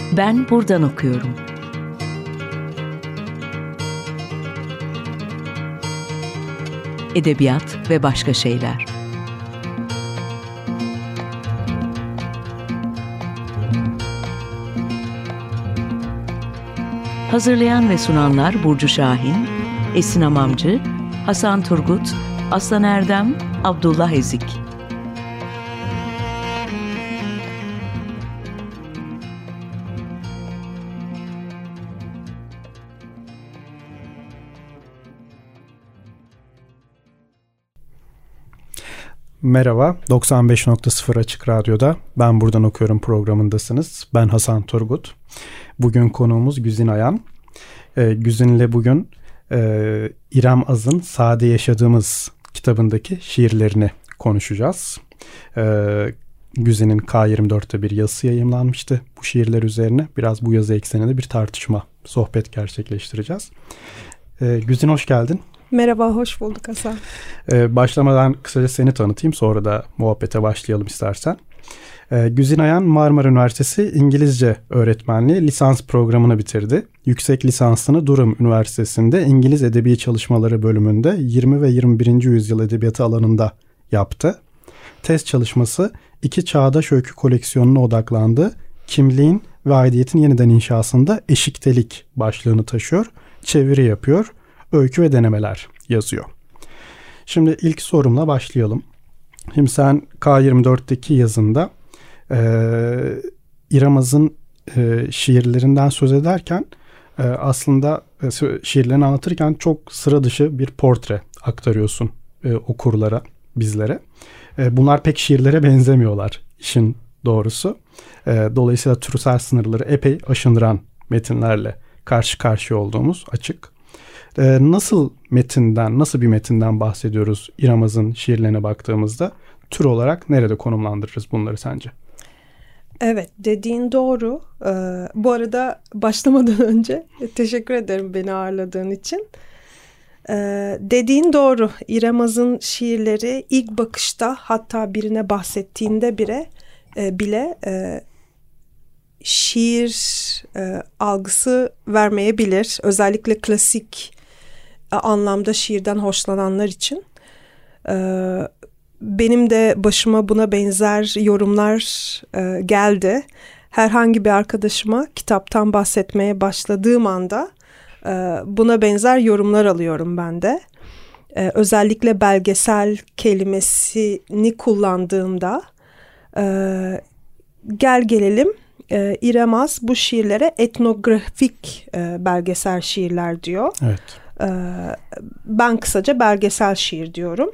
Ben buradan okuyorum. Edebiyat ve başka şeyler. Hazırlayan ve sunanlar Burcu Şahin, Esin Amamcı, Hasan Turgut, Aslan Erdem, Abdullah Ezik. Merhaba, 95.0 Açık Radyo'da Ben Buradan Okuyorum programındasınız. Ben Hasan Turgut. Bugün konuğumuz Güzin Ayan. Güzin'le bugün İrem Az'ın Sade Yaşadığımız kitabındaki şiirlerini konuşacağız. Güzin'in K24'te bir yazısı yayımlanmıştı bu şiirler üzerine. Biraz bu yazı ekseninde bir tartışma, sohbet gerçekleştireceğiz. Güzin, hoş geldin. Merhaba, hoş bulduk Hasan. Başlamadan kısaca seni tanıtayım, sonra da muhabbete başlayalım istersen. Güzin Ayan Marmara Üniversitesi İngilizce öğretmenliği lisans programını bitirdi. Yüksek lisansını Durham Üniversitesi'nde İngiliz Edebi Çalışmaları bölümünde 20 ve 21. yüzyıl edebiyatı alanında yaptı. Tez çalışması iki çağdaş öykü koleksiyonuna odaklandı. Kimliğin ve aidiyetin yeniden inşasında eşiktelik başlığını taşıyor, çeviri yapıyor, öykü ve denemeler yazıyor. Şimdi ilk sorumla başlayalım. Şimdi sen K24'teki yazında İrem Az'ın şiirlerinden söz ederken aslında şiirlerini anlatırken çok sıra dışı bir portre aktarıyorsun okurlara, bizlere. Bunlar pek şiirlere benzemiyorlar işin doğrusu. Dolayısıyla türsel sınırları epey aşındıran metinlerle karşı karşıya olduğumuz açık. Nasıl bir metinden bahsediyoruz İrem Az'ın şiirlerine baktığımızda? Tür olarak nerede konumlandırırız bunları sence? Evet, dediğin doğru. Bu arada başlamadan önce teşekkür ederim beni ağırladığın için. Dediğin doğru. İrem Az'ın şiirleri ilk bakışta, hatta birine bahsettiğinde bile şiir algısı vermeyebilir. Özellikle klasik anlamda şiirden hoşlananlar için. Benim de başıma buna benzer yorumlar geldi. Herhangi bir arkadaşıma kitaptan bahsetmeye başladığım anda buna benzer yorumlar alıyorum ben de. Özellikle belgesel kelimesini kullandığımda gel gelelim İrem Az bu şiirlere etnografik belgesel şiirler diyor. Evet. Ben kısaca belgesel şiir diyorum.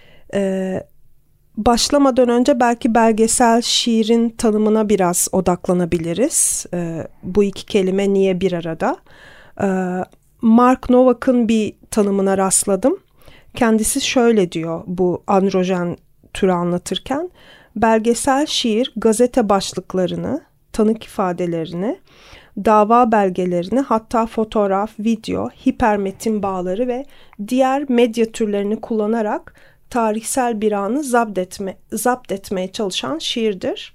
Başlamadan önce belki belgesel şiirin tanımına biraz odaklanabiliriz. Bu iki kelime niye bir arada? Mark Nowak'ın bir tanımına rastladım. Kendisi şöyle diyor bu androjen türü anlatırken. Belgesel şiir gazete başlıklarını, tanık ifadelerini, dava belgelerini, hatta fotoğraf, video, hipermetin bağları ve diğer medya türlerini kullanarak tarihsel bir anı zapt etmeye çalışan şiirdir.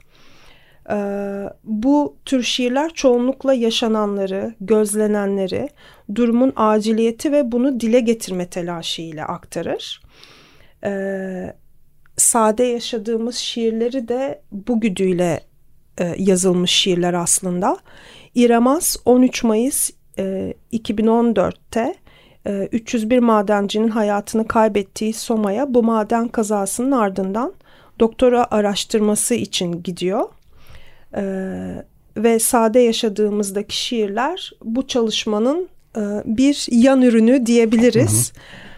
Bu tür şiirler çoğunlukla yaşananları, gözlenenleri, durumun aciliyeti ve bunu dile getirme telaşıyla aktarır. Sade yaşadığımız şiirleri de bu güdüyle yazılmış şiirler aslında. İrem Az 13 Mayıs 2014'te 301 madencinin hayatını kaybettiği Soma'ya bu maden kazasının ardından doktora araştırması için gidiyor. Ve sade yaşadığımızdaki şiirler bu çalışmanın bir yan ürünü diyebiliriz.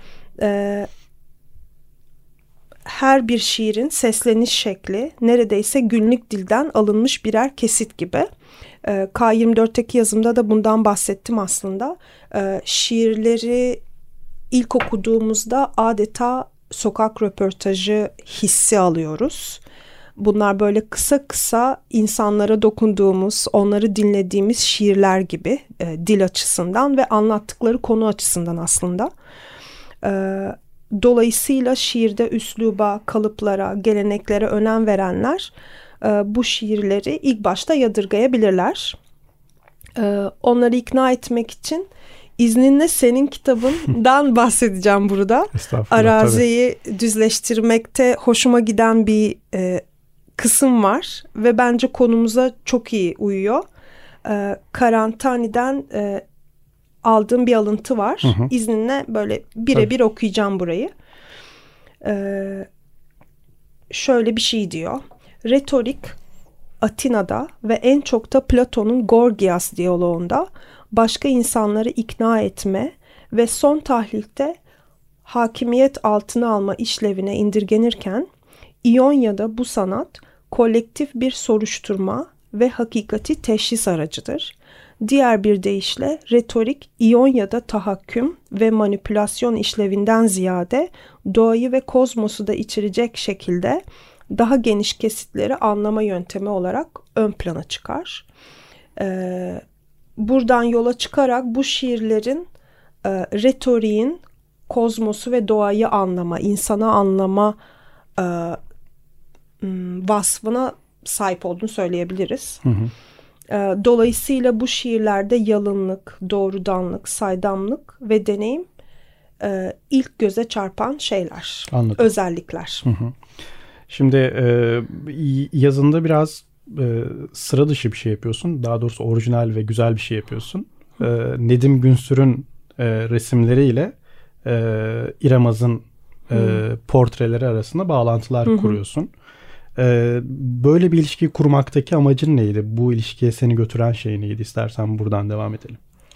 Her bir şiirin sesleniş şekli neredeyse günlük dilden alınmış birer kesit gibi. K24'teki yazımda da bundan bahsettim aslında. Şiirleri ilk okuduğumuzda adeta sokak röportajı hissi alıyoruz. Bunlar böyle kısa kısa insanlara dokunduğumuz, onları dinlediğimiz şiirler gibi dil açısından ve anlattıkları konu açısından aslında. Dolayısıyla şiirde üsluba, kalıplara, geleneklere önem verenler bu şiirleri ilk başta yadırgayabilirler. Onları ikna etmek için izninle senin kitabından bahsedeceğim burada. Araziyi düzleştirmekte hoşuma giden bir kısım var ve bence konumuza çok iyi uyuyor. Karantani'den aldığım bir alıntı var. İzninle böyle birebir okuyacağım burayı. Şöyle bir şey diyor. Retorik Atina'da ve en çok da Platon'un Gorgias diyaloğunda başka insanları ikna etme ve son tahlilde hakimiyet altına alma işlevine indirgenirken İonya'da bu sanat kolektif bir soruşturma ve hakikati teşhis aracıdır. Diğer bir deyişle retorik İonya'da tahakküm ve manipülasyon işlevinden ziyade doğayı ve kozmosu da içerecek şekilde daha geniş kesitleri anlama yöntemi olarak ön plana çıkar. Buradan yola çıkarak bu şiirlerin retoriğin kozmosu ve doğayı anlama, insanı anlama vasfına sahip olduğunu söyleyebiliriz. Dolayısıyla bu şiirlerde yalınlık, doğrudanlık, saydamlık ve deneyim ilk göze çarpan şeyler, Anladım. Özellikler. Şimdi yazında biraz sıra dışı bir şey yapıyorsun. Daha doğrusu orijinal ve güzel bir şey yapıyorsun. Nedim Günsür'ün resimleriyle İrem Az'ın portreleri arasında bağlantılar kuruyorsun. Böyle bir ilişki kurmaktaki amacın neydi? Bu ilişkiye seni götüren şey neydi? İstersen buradan devam edelim.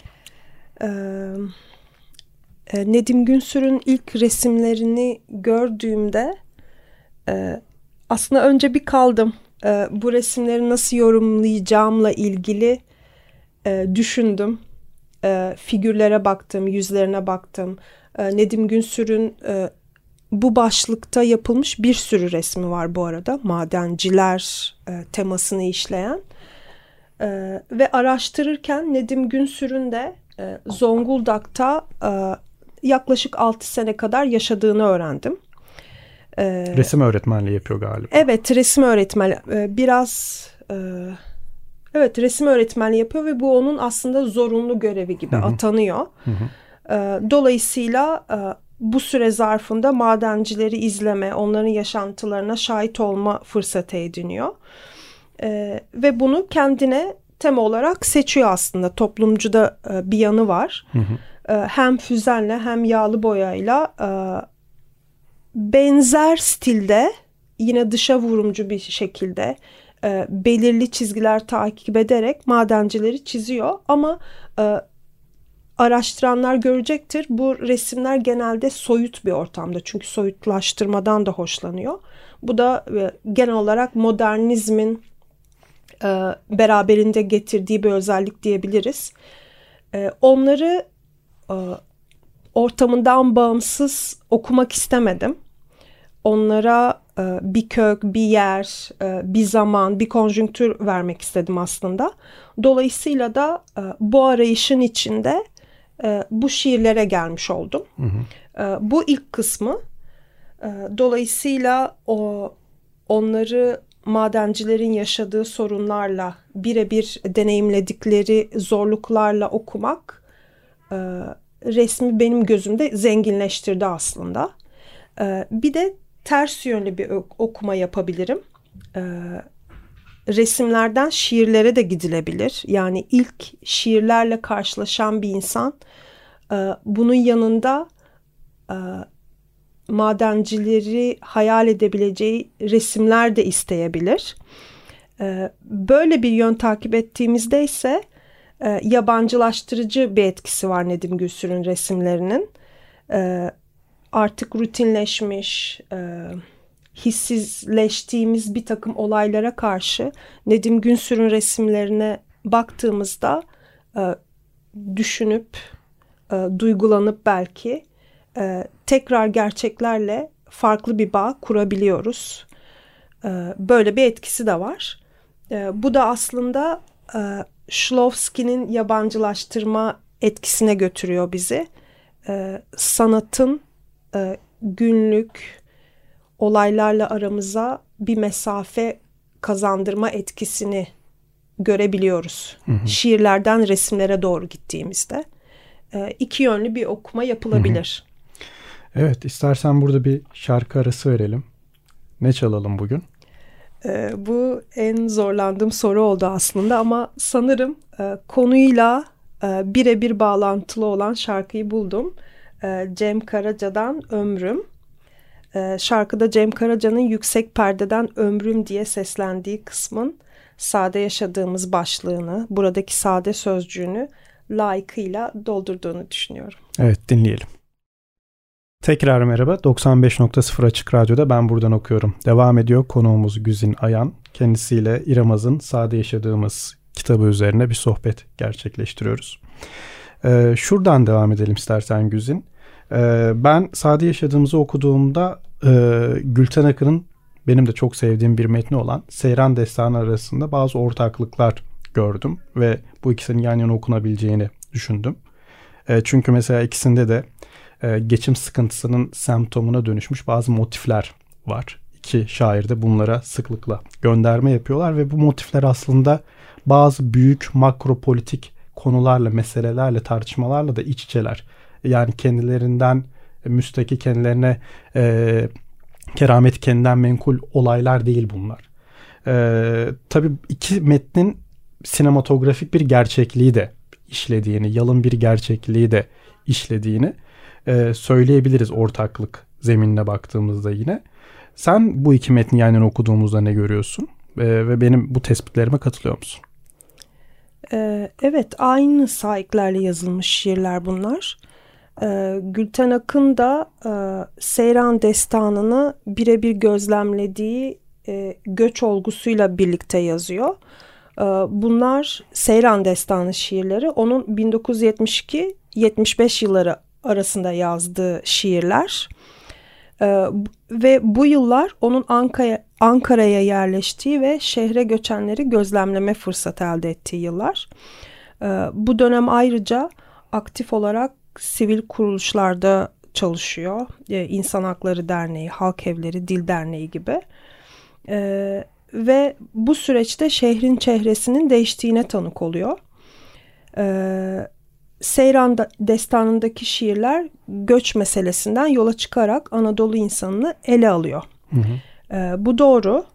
Nedim Günsür'ün ilk resimlerini gördüğümde aslında önce bir kaldım. Bu resimleri nasıl yorumlayacağımla ilgili düşündüm. Figürlere baktım, yüzlerine baktım. Nedim Günsür'ün bu başlıkta yapılmış bir sürü resmi var bu arada. Madenciler temasını işleyen. Ve araştırırken Nedim Günsür'ün de Zonguldak'ta yaklaşık 6 sene kadar yaşadığını öğrendim. Resim öğretmenliği yapıyor galiba. Evet, resim öğretmenliği. Evet, resim öğretmenliği yapıyor ve bu onun aslında zorunlu görevi gibi atanıyor. Dolayısıyla bu süre zarfında madencileri izleme, onların yaşantılarına şahit olma fırsatı ediniyor. Ve bunu kendine tema olarak seçiyor aslında. Toplumcuda bir yanı var. Hem füzenle hem yağlı boyayla benzer stilde, yine dışa vurumcu bir şekilde belirli çizgiler takip ederek madencileri çiziyor. Ama araştıranlar görecektir. Bu resimler genelde soyut bir ortamda. Çünkü soyutlaştırmadan da hoşlanıyor. Bu da genel olarak modernizmin beraberinde getirdiği bir özellik diyebiliriz. Onları ortamından bağımsız okumak istemedim. Onlara bir kök, bir yer, bir zaman, bir konjonktür vermek istedim aslında. Dolayısıyla da bu arayışın içinde bu şiirlere gelmiş oldum. Bu ilk kısmı. Dolayısıyla onları madencilerin yaşadığı sorunlarla, birebir deneyimledikleri zorluklarla okumak resmi benim gözümde zenginleştirdi aslında. Bir de ters yönlü bir okuma yapabilirim. Resimlerden şiirlere de gidilebilir. Yani ilk şiirlerle karşılaşan bir insan bunun yanında madencileri hayal edebileceği resimler de isteyebilir. Böyle bir yön takip ettiğimizde ise yabancılaştırıcı bir etkisi var Nedim Günsür'ün resimlerinin. Artık rutinleşmiş, hissizleştiğimiz bir takım olaylara karşı Nedim Günsür'ün resimlerine baktığımızda düşünüp, duygulanıp belki tekrar gerçeklerle farklı bir bağ kurabiliyoruz. Böyle bir etkisi de var. Bu da aslında Şklovski'nin yabancılaştırma etkisine götürüyor bizi. Sanatın günlük olaylarla aramıza bir mesafe kazandırma etkisini görebiliyoruz. Şiirlerden resimlere doğru gittiğimizde. İki yönlü bir okuma yapılabilir. Evet, istersen burada bir şarkı arası verelim. Ne çalalım bugün? Bu en zorlandığım soru oldu aslında ama sanırım konuyla birebir bağlantılı olan şarkıyı buldum. Cem Karaca'dan Ömrüm. Şarkıda Cem Karaca'nın yüksek perdeden ömrüm diye seslendiği kısmın sade yaşadığımız başlığını, buradaki sade sözcüğünü layıkıyla doldurduğunu düşünüyorum. Evet, dinleyelim. Tekrar merhaba. 95.0 Açık Radyo'da Ben Buradan Okuyorum devam ediyor. Konuğumuz Güzin Ayan. Kendisiyle İrem Az'ın Sade Yaşadığımız kitabı üzerine bir sohbet gerçekleştiriyoruz. Şuradan devam edelim istersen Güzin. Ben Sade Yaşadığımızı okuduğumda Gülten Akın'ın benim de çok sevdiğim bir metni olan Seyran Destanı arasında bazı ortaklıklar gördüm ve bu ikisinin yan yana okunabileceğini düşündüm. Çünkü mesela ikisinde de geçim sıkıntısının semptomuna dönüşmüş bazı motifler var. İki şair de bunlara sıklıkla gönderme yapıyorlar ve bu motifler aslında bazı büyük makropolitik konularla, meselelerle, tartışmalarla da iç içeler. Yani kendilerinden müstaki, kendilerine kerameti kendinden menkul olaylar değil bunlar. Tabii iki metnin sinematografik bir gerçekliği de işlediğini, yalın bir gerçekliği de işlediğini söyleyebiliriz ortaklık zeminine baktığımızda yine. Sen bu iki metni yan yana okuduğumuzda ne görüyorsun? Ve benim bu tespitlerime katılıyor musun? Evet, aynı sahiplerle yazılmış şiirler bunlar. Gülten Akın da Seyran Destanı'nı birebir gözlemlediği göç olgusuyla birlikte yazıyor. Bunlar Seyran Destanı şiirleri. Onun 1972-75 yılları arasında yazdığı şiirler. Ve bu yıllar onun Ankara'ya yerleştiği ve şehre göçenleri gözlemleme fırsatı elde ettiği yıllar. Bu dönem ayrıca aktif olarak sivil kuruluşlarda çalışıyor. İnsan Hakları Derneği, Halk Evleri, Dil Derneği gibi. Ve bu süreçte şehrin çehresinin değiştiğine tanık oluyor. Seyran Destanı'ndaki şiirler göç meselesinden yola çıkarak Anadolu insanını ele alıyor. Bu doğru.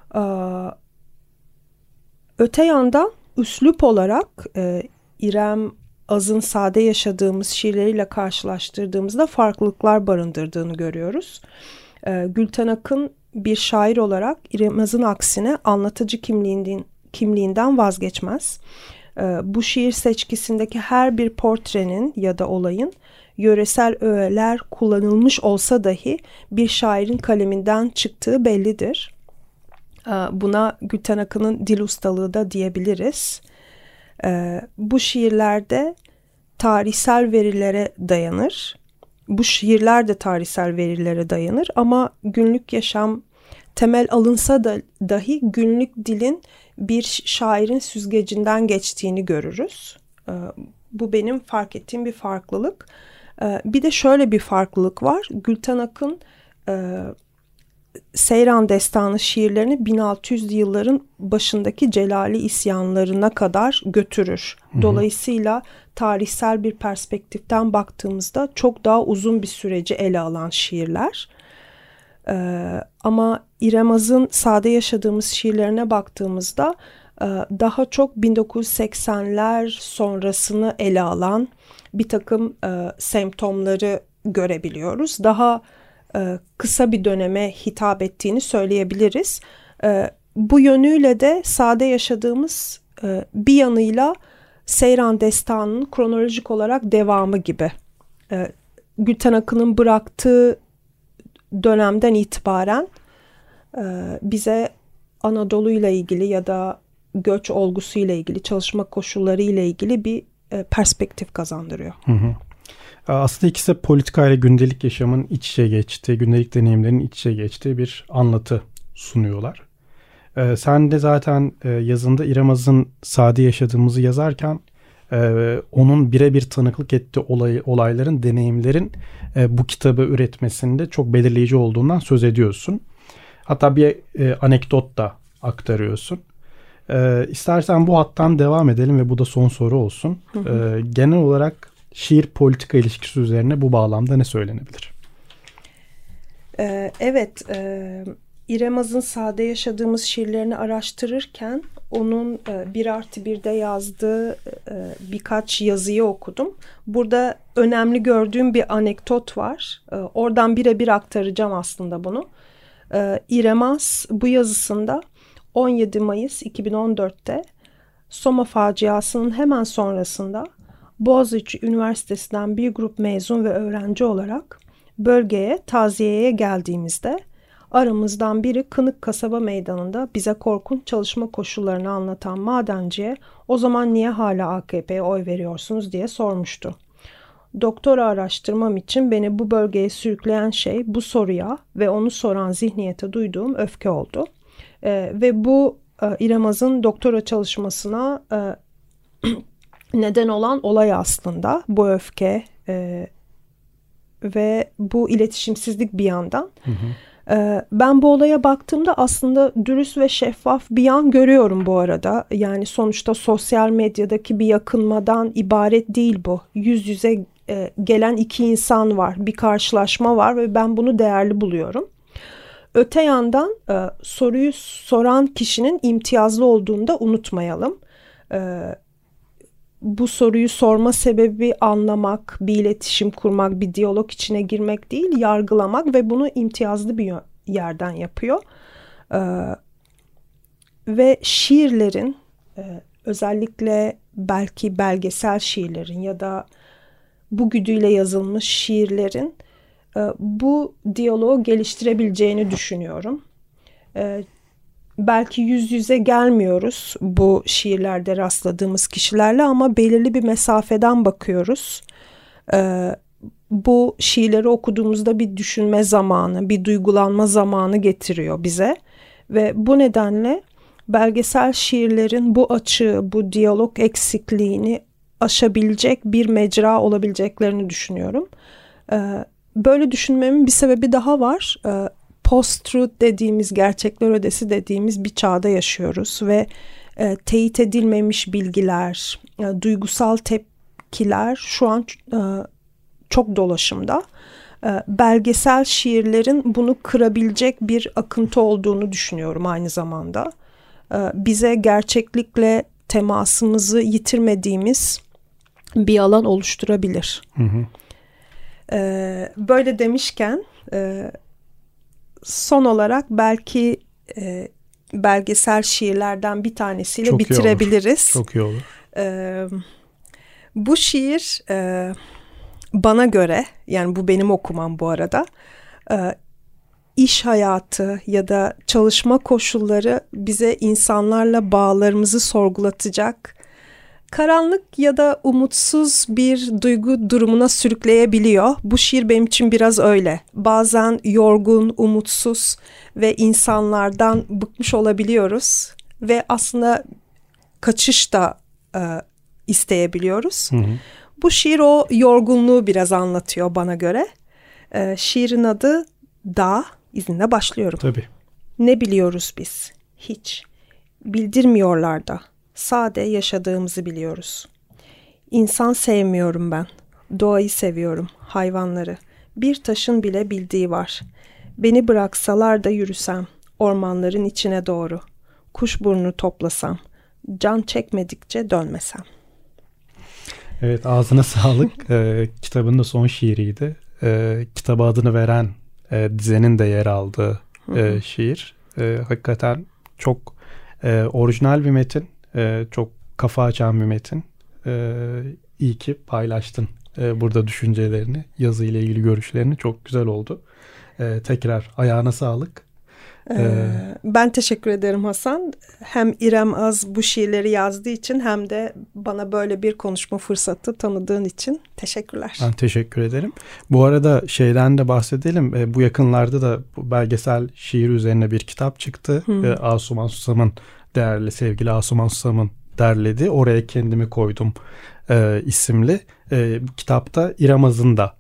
Öte yandan üslup olarak İrem Az'ın Sade Yaşadığımız şiirleriyle karşılaştırdığımızda farklılıklar barındırdığını görüyoruz. Gülten Akın bir şair olarak İrem Az'ın aksine anlatıcı kimliğinden vazgeçmez. Bu şiir seçkisindeki her bir portrenin ya da olayın yöresel öğeler kullanılmış olsa dahi bir şairin kaleminden çıktığı bellidir. Buna Gülten Akın'ın dil ustalığı da diyebiliriz. Bu şiirlerde tarihsel verilere dayanır. Bu şiirler de tarihsel verilere dayanır ama günlük yaşam temel alınsa da dahi günlük dilin bir şairin süzgecinden geçtiğini görürüz. Bu benim fark ettiğim bir farklılık. Bir de şöyle bir farklılık var. Gülten Akın Seyran Destanı şiirlerini 1600'lü yılların başındaki Celali isyanlarına kadar götürür. Dolayısıyla tarihsel bir perspektiften baktığımızda çok daha uzun bir süreci ele alan şiirler. Ama İrem Az'ın Sade Yaşadığımız şiirlerine baktığımızda daha çok 1980'ler sonrasını ele alan bir takım semptomları görebiliyoruz. Daha kısa bir döneme hitap ettiğini söyleyebiliriz. Bu yönüyle de Sade Yaşadığımız bir yanıyla Seyran Destanı'nın kronolojik olarak devamı gibi. Gülten Akın'ın bıraktığı dönemden itibaren bize Anadolu ile ilgili ya da göç olgusu ile ilgili, çalışma koşulları ile ilgili bir perspektif kazandırıyor. Aslında ikisi de politika ile gündelik yaşamın iç içe geçtiği, gündelik deneyimlerin iç içe geçtiği bir anlatı sunuyorlar. Sen de zaten yazında İrem Az'ın Sade Yaşadığımızı yazarken onun birebir tanıklık ettiği olayların, deneyimlerin bu kitabı üretmesinde çok belirleyici olduğundan söz ediyorsun. Hatta bir anekdot da aktarıyorsun. İstersen bu hattan devam edelim ve bu da son soru olsun. Genel olarak şiir politika ilişkisi üzerine bu bağlamda ne söylenebilir? Evet, İrem Az'ın sade yaşadığımız şiirlerini araştırırken onun 1+1'de yazdığı birkaç yazıyı okudum. Burada önemli gördüğüm bir anekdot var. Oradan birebir aktaracağım aslında bunu. İrem Az bu yazısında 17 Mayıs 2014'te Soma faciasının hemen sonrasında Boğaziçi Üniversitesi'nden bir grup mezun ve öğrenci olarak bölgeye taziyeye geldiğimizde aramızdan biri Kınık Kasaba Meydanı'nda bize korkunç çalışma koşullarını anlatan madenciye o zaman niye hala AKP'ye oy veriyorsunuz diye sormuştu. Doktora araştırmam için beni bu bölgeye sürükleyen şey bu soruya ve onu soran zihniyete duyduğum öfke oldu. Ve bu İrem Az'ın doktora çalışmasına neden olan olay aslında bu öfke ve bu iletişimsizlik bir yandan. Ben bu olaya baktığımda aslında dürüst ve şeffaf bir yan görüyorum bu arada. Yani sonuçta sosyal medyadaki bir yakınmadan ibaret değil bu. Yüz yüze gelen iki insan var, bir karşılaşma var ve ben bunu değerli buluyorum. Öte yandan soruyu soran kişinin imtiyazlı olduğunu da unutmayalım. Bu soruyu sorma sebebi anlamak, bir iletişim kurmak, bir diyalog içine girmek değil, yargılamak ve bunu imtiyazlı bir yerden yapıyor. Ve şiirlerin, özellikle belki belgesel şiirlerin ya da bu güdüyle yazılmış şiirlerin bu diyaloğu geliştirebileceğini düşünüyorum. Belki yüz yüze gelmiyoruz bu şiirlerde rastladığımız kişilerle ama belirli bir mesafeden bakıyoruz. Bu şiirleri okuduğumuzda bir düşünme zamanı, bir duygulanma zamanı getiriyor bize. Ve bu nedenle belgesel şiirlerin bu açığı, bu diyalog eksikliğini aşabilecek bir mecra olabileceklerini düşünüyorum. Böyle düşünmemin bir sebebi daha var. Post-truth dediğimiz, gerçekler ötesi dediğimiz bir çağda yaşıyoruz ve teyit edilmemiş bilgiler, duygusal tepkiler şu an çok dolaşımda. Belgesel şiirlerin bunu kırabilecek bir akıntı olduğunu düşünüyorum aynı zamanda. Bize gerçeklikle temasımızı yitirmediğimiz bir alan oluşturabilir. Böyle demişken son olarak belki belgesel şiirlerden bir tanesiyle çok bitirebiliriz. Çok iyi olur. Bu şiir bana göre, yani bu benim okumam bu arada, iş hayatı ya da çalışma koşulları bize insanlarla bağlarımızı sorgulatacak, karanlık ya da umutsuz bir duygu durumuna sürükleyebiliyor. Bu şiir benim için biraz öyle. Bazen yorgun, umutsuz ve insanlardan bıkmış olabiliyoruz ve aslında kaçış da isteyebiliyoruz. Bu şiir o yorgunluğu biraz anlatıyor bana göre. Şiirin adı Dağ. İzinle başlıyorum. Tabii. Ne biliyoruz biz? Hiç. Bildirmiyorlar da. Sade yaşadığımızı biliyoruz. İnsan sevmiyorum ben. Doğayı seviyorum, hayvanları. Bir taşın bile bildiği var. Beni bıraksalar da yürüsem, ormanların içine doğru. Kuşburnu toplasam, can çekmedikçe dönmesem. Evet, ağzına sağlık. Kitabın da son şiiriydi. Kitaba adını veren dizenin de yer aldığı şiir. Hakikaten çok orijinal bir metin. Çok kafa açan bir metin. İyi ki paylaştın burada düşüncelerini, yazıyla ilgili görüşlerini. Çok güzel oldu. Tekrar ayağına sağlık. Ben teşekkür ederim Hasan. Hem İrem Az bu şiirleri yazdığı için hem de bana böyle bir konuşma fırsatı tanıdığın için teşekkürler. Ben teşekkür ederim. Bu arada şeyden de bahsedelim. Bu yakınlarda da bu belgesel şiir üzerine bir kitap çıktı. Asuman Susam'ın, değerli sevgili Asuman Susam'ın derledi. Oraya kendimi koydum isimli. Kitapta İrem Az'ın da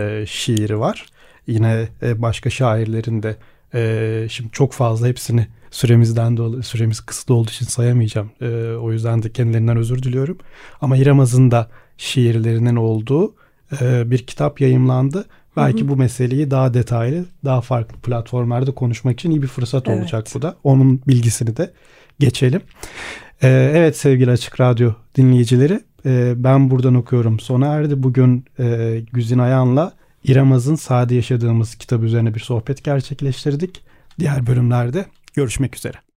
şiiri var. Yine başka şairlerin de şimdi çok fazla hepsini Süremiz kısıtlı olduğu için sayamayacağım. O yüzden de kendilerinden özür diliyorum. Ama İramaz'ın da şiirlerinin olduğu bir kitap yayımlandı. Belki bu meseleyi daha detaylı, daha farklı platformlarda konuşmak için iyi bir fırsat olacak bu da. Onun bilgisini de geçelim. Evet sevgili Açık Radyo dinleyicileri, Ben Buradan Okuyorum sona erdi. Bugün Güzin Ayan'la İramaz'ın Sade Yaşadığımız kitabı üzerine bir sohbet gerçekleştirdik. Diğer bölümlerde görüşmek üzere.